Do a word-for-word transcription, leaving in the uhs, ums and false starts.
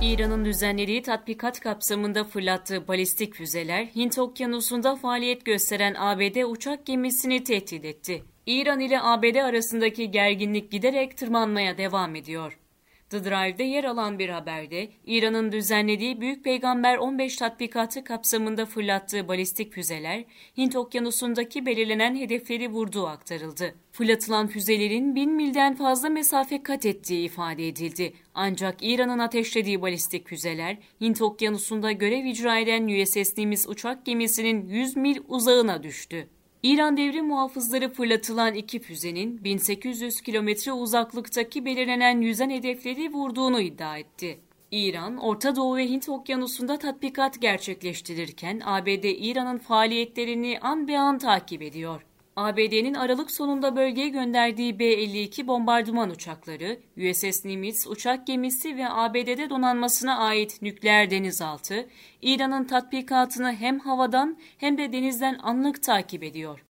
İran'ın düzenlediği tatbikat kapsamında fırlattığı balistik füzeler, Hint Okyanusu'nda faaliyet gösteren A B D uçak gemisini tehdit etti. İran ile A B D arasındaki gerginlik giderek tırmanmaya devam ediyor. The Drive'de yer alan bir haberde, İran'ın düzenlediği Büyük Peygamber on beş tatbikatı kapsamında fırlattığı balistik füzeler, Hint Okyanusu'ndaki belirlenen hedefleri vurduğu aktarıldı. Fırlatılan füzelerin bin milden fazla mesafe kat ettiği ifade edildi. Ancak İran'ın ateşlediği balistik füzeler, Hint Okyanusu'nda görev icra eden U S S Nimitz uçak gemisinin yüz mil uzağına düştü. İran devrim muhafızları fırlatılan iki füzenin bin sekiz yüz kilometre uzaklıktaki belirlenen yüzen hedefleri vurduğunu iddia etti. İran, Orta Doğu ve Hint Okyanusu'nda tatbikat gerçekleştirirken A B D İran'ın faaliyetlerini an be an takip ediyor. A B D'nin Aralık sonunda bölgeye gönderdiği B elli iki bombardıman uçakları, U S S Nimitz uçak gemisi ve A B D'de donanmasına ait nükleer denizaltı, İran'ın tatbikatını hem havadan hem de denizden anlık takip ediyor.